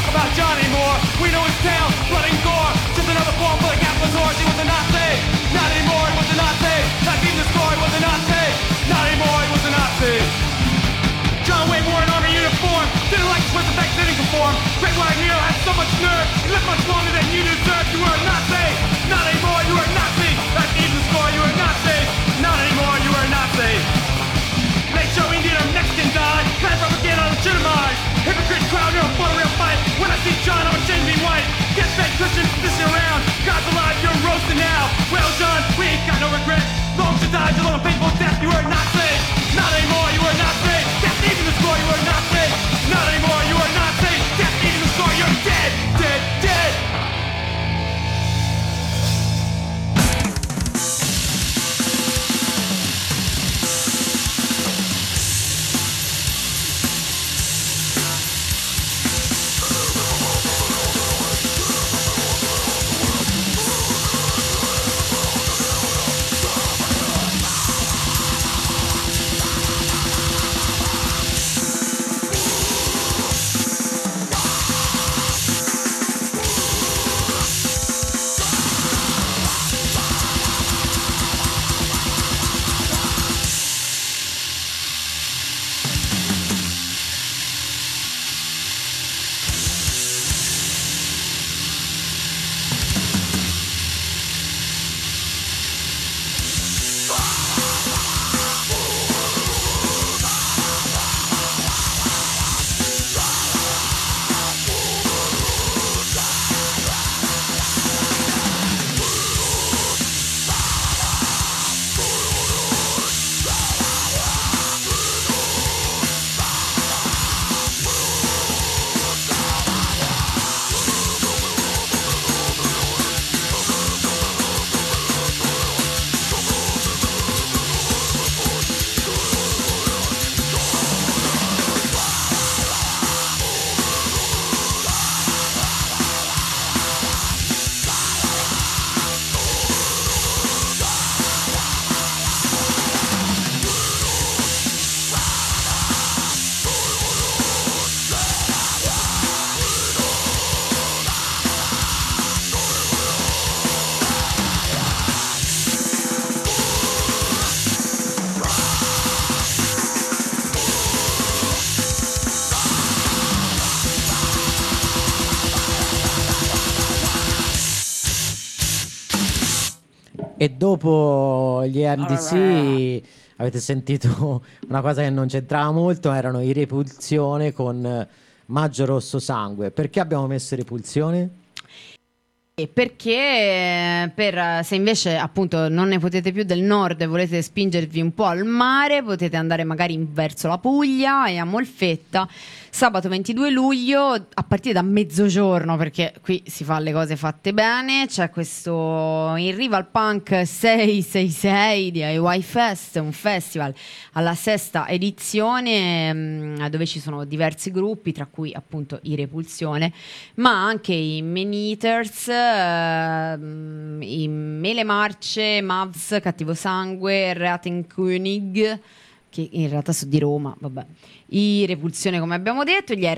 E dopo gli NDC avete sentito una cosa che non c'entrava molto, erano i Repulsione con Maggio Rosso Sangue. Perché abbiamo messo Repulsione? Perché se invece appunto non ne potete più del nord e volete spingervi un po' al mare, potete andare magari verso la Puglia e a Molfetta sabato 22 luglio a partire da mezzogiorno, perché qui si fa le cose fatte bene. C'è questo in riva al punk 666 di IY Fest, un festival alla 6ª edizione, dove ci sono diversi gruppi, tra cui appunto i Repulsione, ma anche i Man Eaters, i Mele Marce, Mavs, Cattivo Sangue, Ratenkönig, che in realtà sono di Roma, vabbè, i Repulsione come abbiamo detto, gli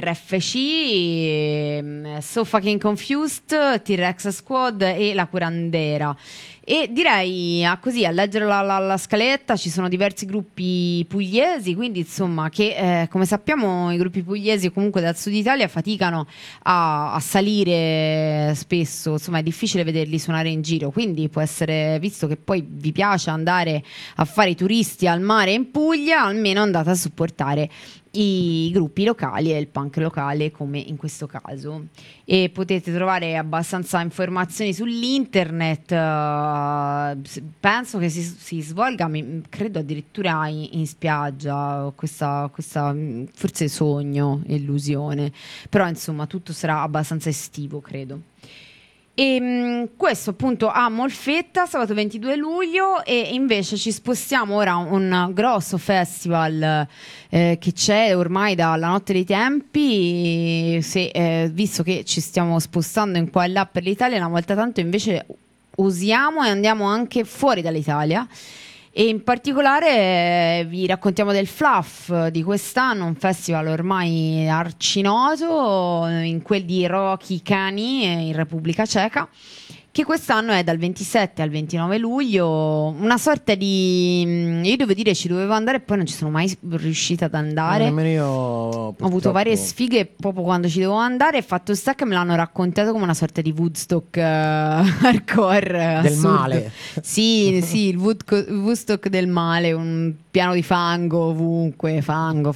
RFC, So Fucking Confused, T-Rex Squad e la Curandera. E direi così, a leggere la scaletta ci sono diversi gruppi pugliesi, quindi insomma che come sappiamo i gruppi pugliesi comunque dal sud Italia faticano a salire spesso, insomma è difficile vederli suonare in giro, quindi può essere, visto che poi vi piace andare a fare i turisti al mare in Puglia, almeno andate a supportare i gruppi locali e il punk locale come in questo caso. E potete trovare abbastanza informazioni sull'internet, penso che si svolga, credo addirittura in spiaggia, questa forse sogno, illusione, però insomma tutto sarà abbastanza estivo, credo. E questo appunto a Molfetta sabato 22 luglio. E invece ci spostiamo ora a un grosso festival che c'è ormai dalla notte dei tempi, visto che ci stiamo spostando in qua e là per l'Italia, una volta tanto invece usiamo e andiamo anche fuori dall'Italia. E in particolare vi raccontiamo del Fluff di quest'anno, un festival ormai arcinoto, in quel di Roky Cany in Repubblica Ceca, che quest'anno è dal 27 al 29 luglio, una sorta di... Io devo dire ci dovevo andare e poi non ci sono mai riuscita ad andare. Nemmeno io, ho avuto varie sfighe proprio quando ci dovevo andare, e fatto sta che me l'hanno raccontato come una sorta di Woodstock hardcore del assurdo. male. Sì, il Woodstock del male, un piano di fango ovunque, fango.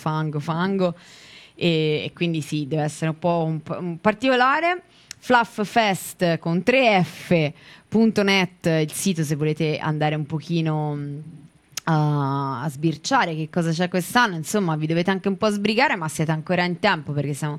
E quindi sì, deve essere un po' un particolare. Flufffest con 3f.net, il sito se volete andare un pochino a sbirciare che cosa c'è quest'anno. Insomma, vi dovete anche un po' sbrigare, ma siete ancora in tempo, perché siamo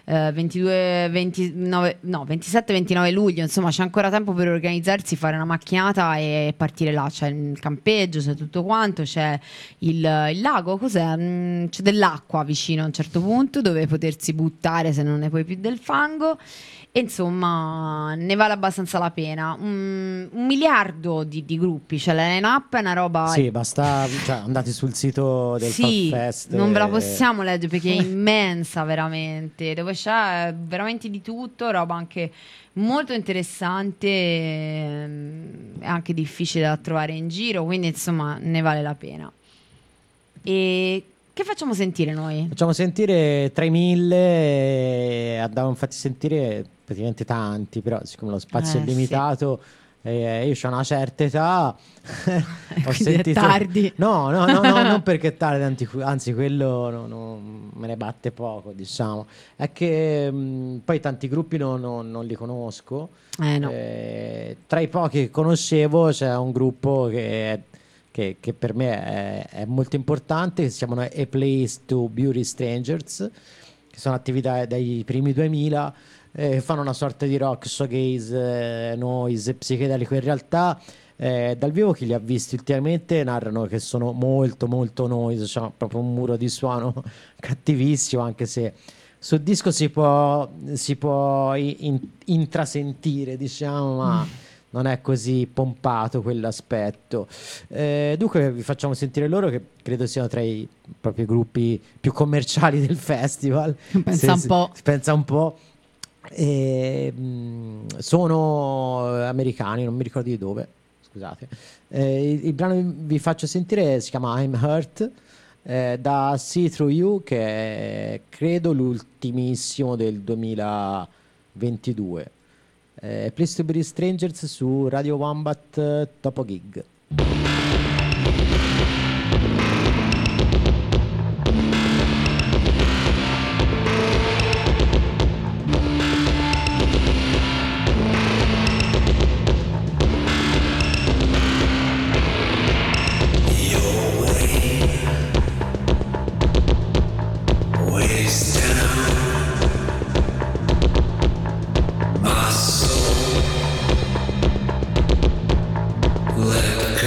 27-29 luglio, insomma c'è ancora tempo per organizzarsi, fare una macchiata e partire là. C'è il campeggio, c'è tutto quanto, c'è il lago, cos'è? C'è dell'acqua vicino a un certo punto dove potersi buttare se non ne puoi più del fango. E insomma ne vale abbastanza la pena. Un miliardo di gruppi, cioè la line-up è una roba. Sì, basta, cioè, andate sul sito del Fest. Non ve la possiamo leggere perché è immensa veramente, dove c'è veramente di tutto, roba anche molto interessante, è anche difficile da trovare in giro, quindi insomma ne vale la pena. E che facciamo sentire noi? Facciamo sentire tra i 1000, andavamo infatti a sentire praticamente tanti, però siccome lo spazio è limitato, io ho una certa età, ho sentito... è tardi. No, non perché è tardi, anzi quello me ne batte poco, diciamo. È che poi tanti gruppi non li conosco. No. Tra i pochi che conoscevo c'è un gruppo che per me è molto importante, che si chiamano A Place to Beauty Strangers, che sono attività dai primi 2000, fanno una sorta di rock, showgaze, noise, psichedelico. In realtà dal vivo chi li ha visti ultimamente narrano che sono molto molto noise, cioè proprio un muro di suono cattivissimo, anche se sul disco si può intrasentire, diciamo, ma non è così pompato quell'aspetto. Dunque vi facciamo sentire loro, che credo siano tra i propri gruppi più commerciali del festival. Pensa un po'. Sono americani, non mi ricordo di dove, scusate. Il brano che vi faccio sentire si chiama I'm Hurt, da See Through You, che è credo l'ultimissimo del 2022. Place to Be Strangers su Radio Wombat Topo Gig. Let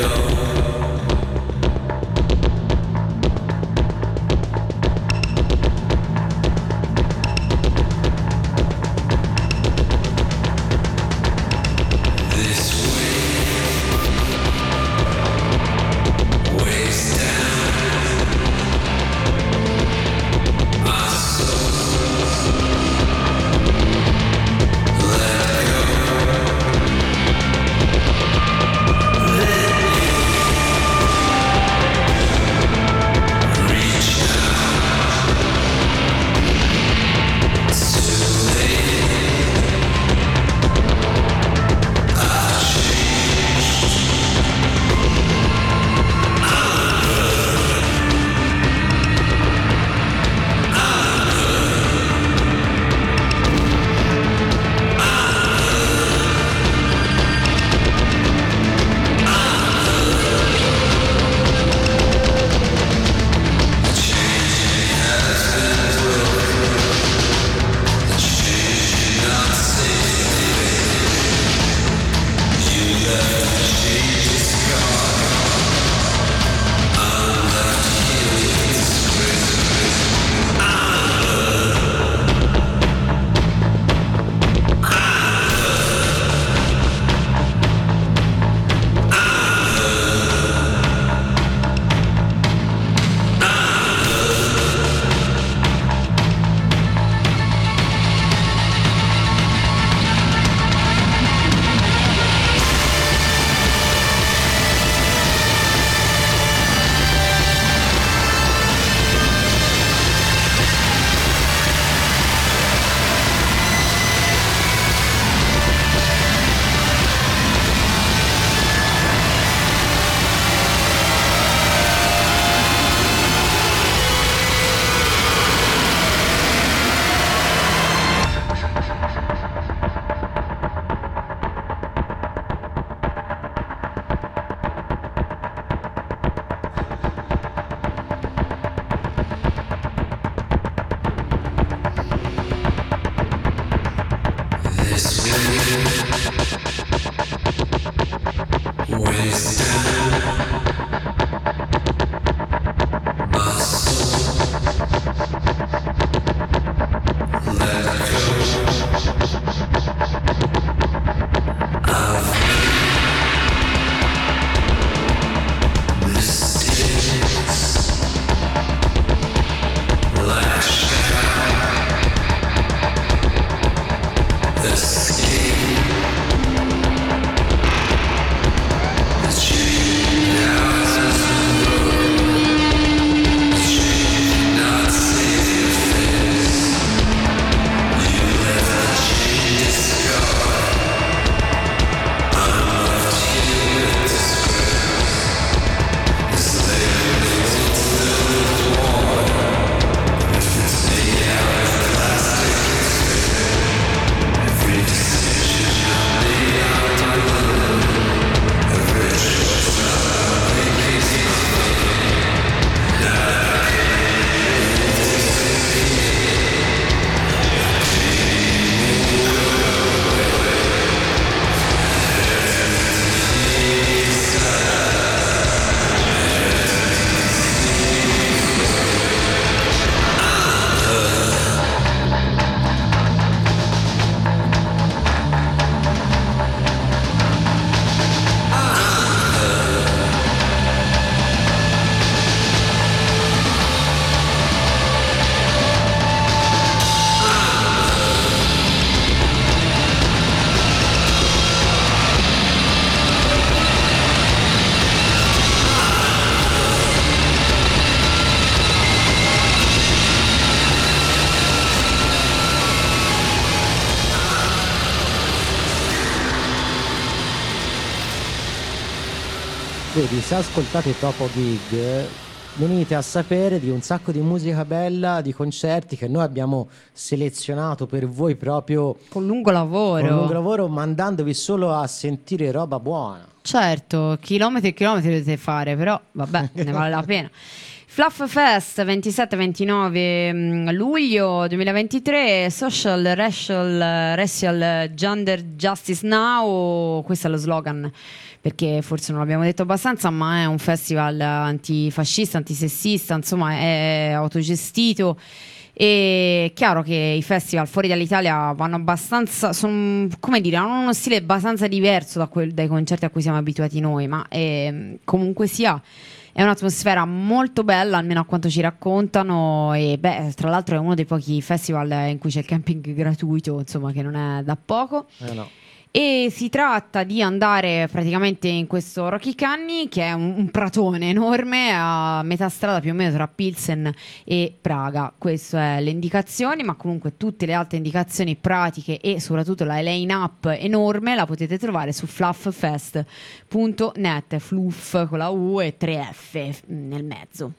ricordatevi, se ascoltate Topo Gig venite a sapere di un sacco di musica bella, di concerti che noi abbiamo selezionato per voi proprio Con lungo lavoro. mandandovi solo a sentire roba buona. Certo, chilometri e chilometri dovete fare, però vabbè, ne vale la pena. Fluff Fest 27-29 luglio 2023, Social Racial Gender Justice Now, questo è lo slogan perché forse non l'abbiamo detto abbastanza, ma è un festival antifascista, antisessista, insomma è autogestito. E è chiaro che i festival fuori dall'Italia vanno abbastanza, come dire, hanno uno stile abbastanza diverso dai concerti a cui siamo abituati noi, ma comunque sia è un'atmosfera molto bella, almeno a quanto ci raccontano, e beh, tra l'altro è uno dei pochi festival in cui c'è il camping gratuito, insomma, che non è da poco. No. E si tratta di andare praticamente in questo Rocky Canny, che è un pratone enorme a metà strada più o meno tra Pilsen e Praga. Queste sono le indicazioni, ma comunque tutte le altre indicazioni pratiche e soprattutto la line-up enorme la potete trovare su flufffest.net, fluff con la U e 3F nel mezzo.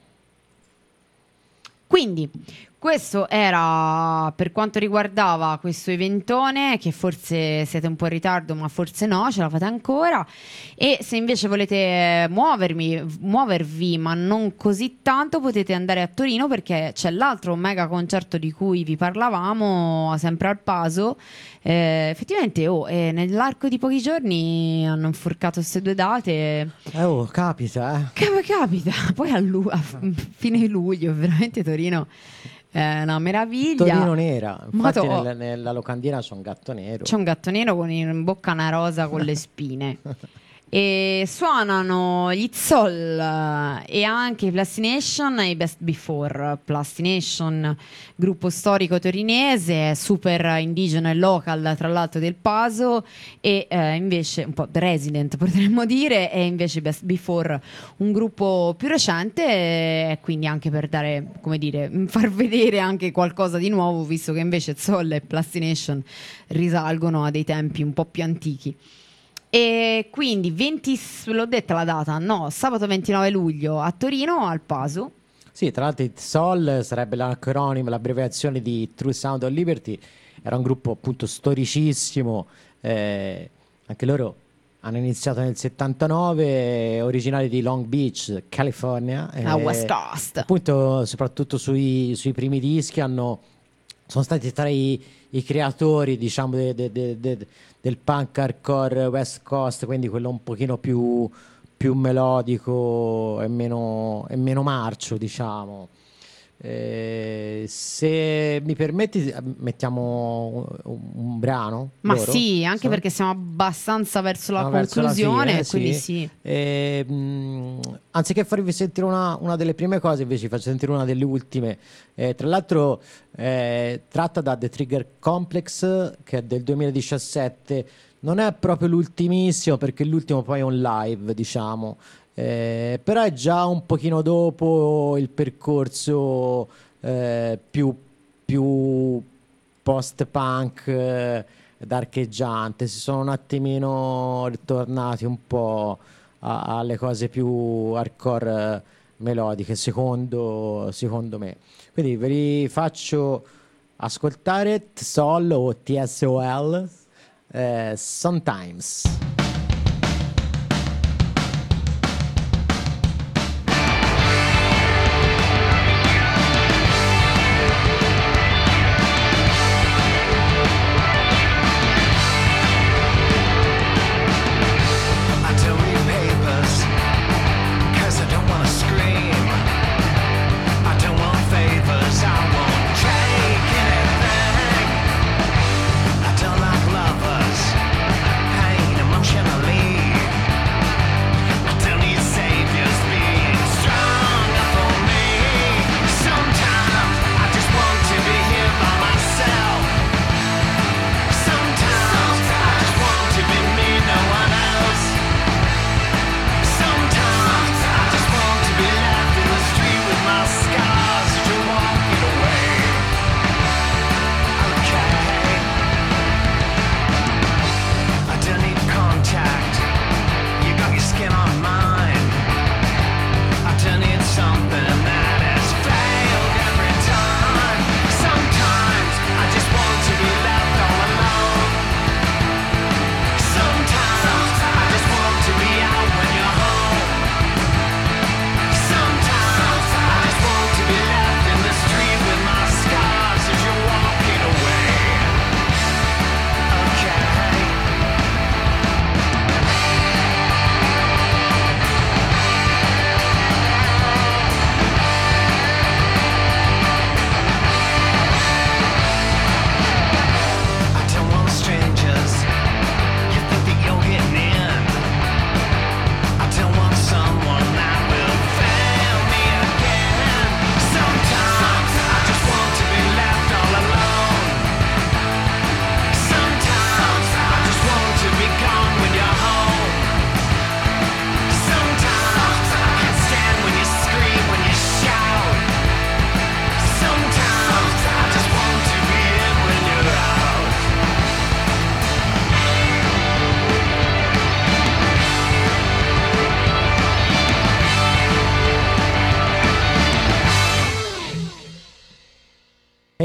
Quindi questo era per quanto riguardava questo eventone, che forse siete un po' in ritardo, ma forse no, ce la fate ancora. E se invece volete muovervi, ma non così tanto, potete andare a Torino, perché c'è l'altro mega concerto di cui vi parlavamo, sempre al Paso. Effettivamente nell'arco di pochi giorni hanno inforcato queste due date. Capita. Capita. Poi a fine luglio, veramente Torino è una meraviglia. Torino nera. Infatti nella locandina c'è un gatto nero. C'è un gatto nero con in bocca una rosa con le spine. E suonano gli Zoll e anche i Plastination e i Best Before. Plastination, gruppo storico torinese, super indigeno e local, tra l'altro, del Paso, e invece un po' The Resident, potremmo dire, e invece Best Before, un gruppo più recente, e quindi anche per dare, come dire, far vedere anche qualcosa di nuovo, visto che invece Zoll e Plastination risalgono a dei tempi un po' più antichi. E quindi l'ho detta la data? No, sabato 29 luglio a Torino, al Paso. Sì, tra l'altro SOL sarebbe l'acronimo, l'abbreviazione di True Sound of Liberty. Era un gruppo appunto storicissimo, anche loro hanno iniziato nel 79, originali di Long Beach, California, West Coast. Appunto, soprattutto sui primi dischi sono stati tra i creatori, diciamo, del punk hardcore West Coast, quindi quello un pochino più melodico e meno marcio, diciamo. Se mi permetti, mettiamo un brano. Ma loro, sì, anche perché siamo abbastanza verso la conclusione, quindi sì. Anziché farvi sentire una delle prime cose, invece vi faccio sentire una delle ultime. Tra l'altro tratta da The Trigger Complex, che è del 2017. Non è proprio l'ultimissimo, perché l'ultimo poi è un live, diciamo. Però è già un pochino dopo il percorso più post-punk, darcheggiante. Si sono un attimino ritornati un po' alle cose più hardcore melodiche, secondo me. Quindi ve li faccio ascoltare, TSOL o TSOL, Sometimes. Pain in my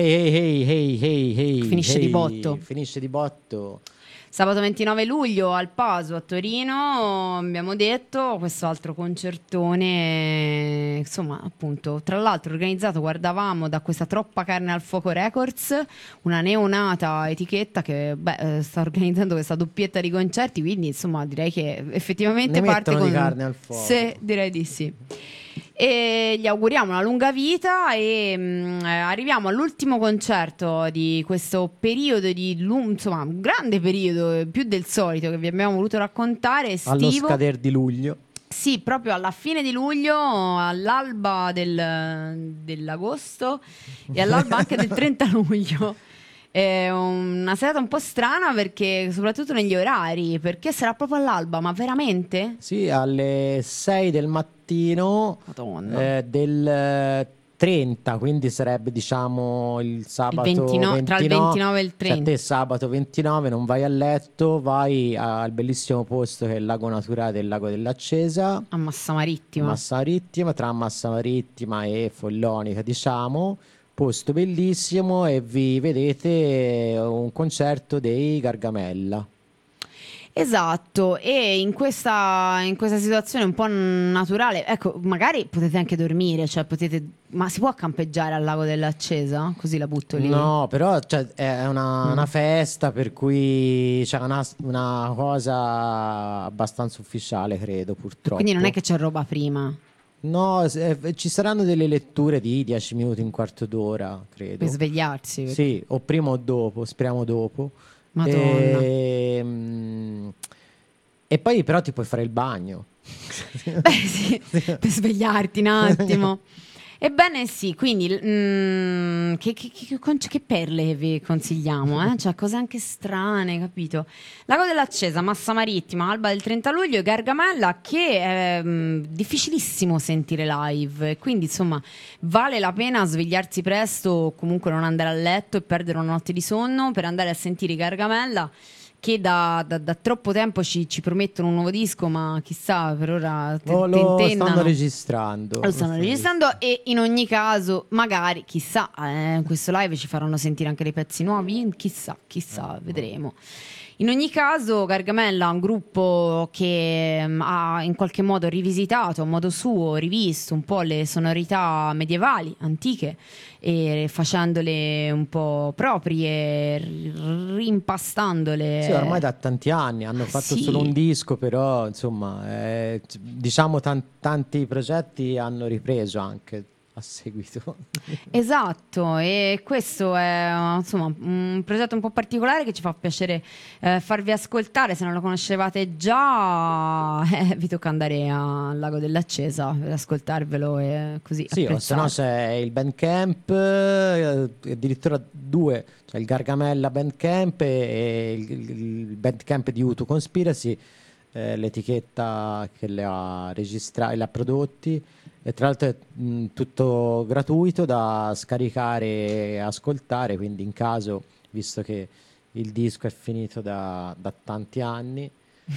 Finisce di botto. Finisce di botto. Sabato 29 luglio al Paso a Torino, abbiamo detto, questo altro concertone, insomma, appunto, tra l'altro organizzato, guardavamo, da questa Troppa Carne al Fuoco Records, una neonata etichetta che sta organizzando questa doppietta di concerti, quindi insomma direi che effettivamente Ne parte mettono con... di carne al fuoco. Sì, direi di sì. E gli auguriamo una lunga vita e arriviamo all'ultimo concerto di questo periodo insomma, un grande periodo, più del solito, che vi abbiamo voluto raccontare, estivo. Allo scader di luglio. Sì, proprio alla fine di luglio, all'alba dell'agosto e all'alba anche del 30 luglio. È una serata un po' strana, perché soprattutto negli orari, perché sarà proprio all'alba, ma veramente? Sì, alle 6 del mattino del 30, quindi sarebbe diciamo il sabato 29, tra il 29 e il 30. Se te sabato 29 non vai a letto, vai al bellissimo posto che è il lago naturale del Lago dell'Accesa, A Massa Marittima. tra Massa Marittima e Follonica, diciamo. Posto bellissimo, e vi vedete un concerto dei Gargamella. Esatto, e in questa situazione un po' naturale, ecco, magari potete anche dormire, cioè ma si può campeggiare al Lago dell'Accesa? Così la butto lì. No, però cioè, è una festa, per cui c'è una cosa abbastanza ufficiale, credo, purtroppo. Quindi non è che c'è roba prima. No, ci saranno delle letture di 10 minuti, un quarto d'ora, credo. Per svegliarsi. Sì, o prima o dopo, speriamo dopo. Madonna. E poi però ti puoi fare il bagno. Beh sì, per svegliarti un attimo. Ebbene sì, quindi che perle vi consigliamo, cioè cose anche strane, capito? Lago dell'Accesa, Massa Marittima, alba del 30 luglio, Gargamella, che è difficilissimo sentire live, quindi insomma vale la pena svegliarsi presto o comunque non andare a letto e perdere una notte di sonno per andare a sentire i Gargamella, che da troppo tempo ci promettono un nuovo disco, ma chissà, per ora lo stanno registrando. Lo stanno registrando, e in ogni caso magari, chissà, questo live ci faranno sentire anche dei pezzi nuovi, chissà, vedremo. In ogni caso Gargamella è un gruppo che ha in qualche modo rivisitato a modo suo, rivisto un po' le sonorità medievali, antiche, e facendole un po' proprie, rimpastandole. Sì, ormai da tanti anni hanno fatto solo un disco, però insomma diciamo tanti progetti hanno ripreso anche a seguito. Esatto, e questo è insomma un progetto un po' particolare che ci fa piacere farvi ascoltare. Se non lo conoscevate già, vi tocca andare al Lago dell'Accesa per ascoltarvelo e così. Sì, o se no c'è il Bandcamp, addirittura due, cioè il Gargamella Bandcamp e il Bandcamp di U2 Conspiracy, l'etichetta che le ha registrati, le ha prodotti. E tra l'altro è tutto gratuito da scaricare e ascoltare, quindi in caso, visto che il disco è finito da tanti anni,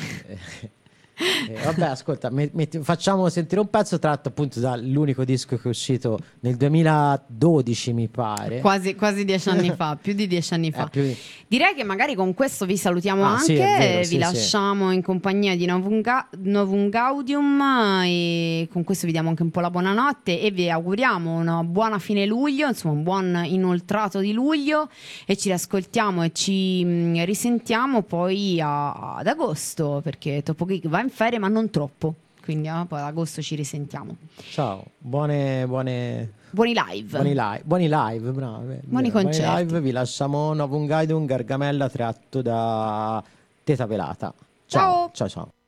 vabbè, ascolta, facciamo sentire un pezzo tratto appunto dall'unico disco che è uscito nel 2012, mi pare. Quasi 10 anni fa, più di 10 anni fa. Direi che magari con questo vi salutiamo anche, sì, vero, vi lasciamo in compagnia di Novum Gaudium, e con questo vi diamo anche un po' la buonanotte e vi auguriamo una buona fine luglio, insomma un buon inoltrato di luglio, e ci riascoltiamo e ci risentiamo poi ad agosto, perché Topo Geek va in ferie, ma non troppo, quindi poi ad agosto ci risentiamo. Ciao, buoni live, bravi, buoni concerti. Live. Vi lasciamo Novum Gaudium, Gargamella tratto da Teta Velata. Ciao. Ciao.